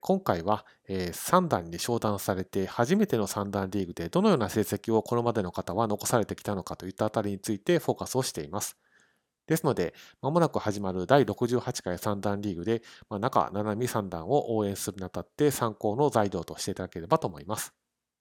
今回は3段に昇段されて初めての3段リーグでどのような成績をこれまでの方は残されてきたのかといったあたりについてフォーカスをしています。ですので、まもなく始まる第68回3段リーグで、中七海3段を応援するにあたって参考の材料としていただければと思います。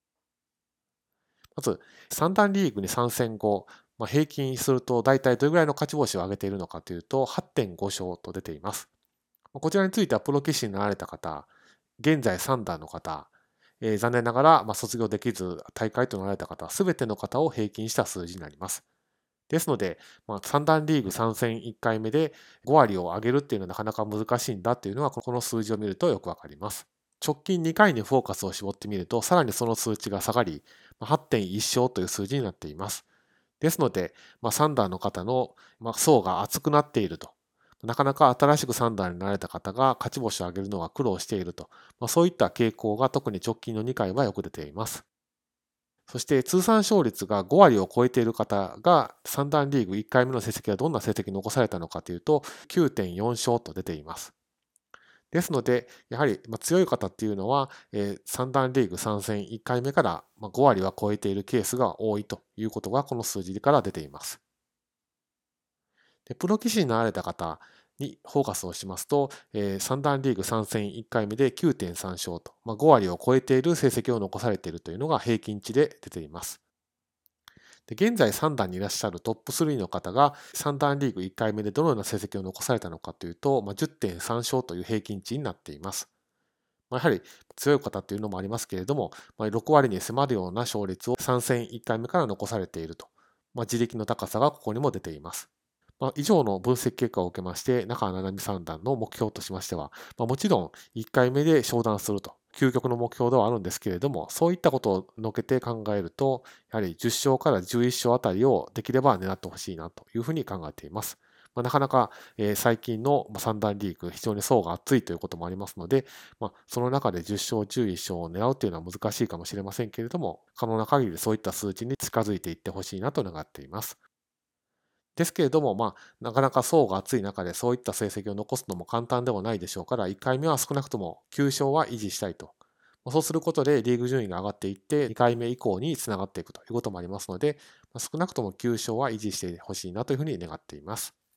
まず、3段リーグに参戦後、平均すると大体どれぐらいの勝ち星を上げているのかというと、8.5勝と出ています。こちらについてはプロ棋士になられた方、現在3段の方、残念ながら卒業できず大会となられた方、すべての方を平均した数字になります。ですので、3段リーグ参戦1回目で5割を上げるっていうのはなかなか難しいんだっていうのは、この数字を見るとよくわかります。直近2回にフォーカスを絞ってみると、さらにその数値が下がり、8.1勝という数字になっています。ですので、3段の方の層が厚くなっていると。なかなか新しく3段になられた方が勝ち星を上げるのが苦労していると。そういった傾向が特に直近の2回はよく出ています。そして通算勝率が5割を超えている方が3段リーグ1回目の成績はどんな成績を残されたのかというと 9.4 勝と出ています。ですので、やはり強い方っていうのは3段リーグ参戦1回目から5割は超えているケースが多いということがこの数字から出ています。でプロ棋士になられた方にフォーカスをしますと、3段リーグ参戦1回目で 9.3 勝と、5割を超えている成績を残されているというのが平均値で出ています。で現在3段にいらっしゃるトップ3の方が3段リーグ1回目でどのような成績を残されたのかというと、10.3 勝という平均値になっています。やはり強い方というのもありますけれども、6割に迫るような勝率を参戦1回目から残されていると。自力の高さがここにも出ています。以上の分析結果を受けまして、中七海三段の目標としましては、もちろん1回目で昇段すると、究極の目標ではあるんですけれども、そういったことをのけて考えると、やはり10勝から11勝あたりをできれば狙ってほしいなというふうに考えています。なかなか最近の三段リーグ、非常に層が厚いということもありますので、その中で10勝、11勝を狙うというのは難しいかもしれませんけれども、可能な限りそういった数値に近づいていってほしいなと願っています。ですけれども、なかなか層が厚い中でそういった成績を残すのも簡単ではないでしょうから、1回目は少なくとも9勝は維持したいと。そうすることでリーグ順位が上がっていって、2回目以降につながっていくということもありますので、少なくとも9勝は維持してほしいなというふうに願っています。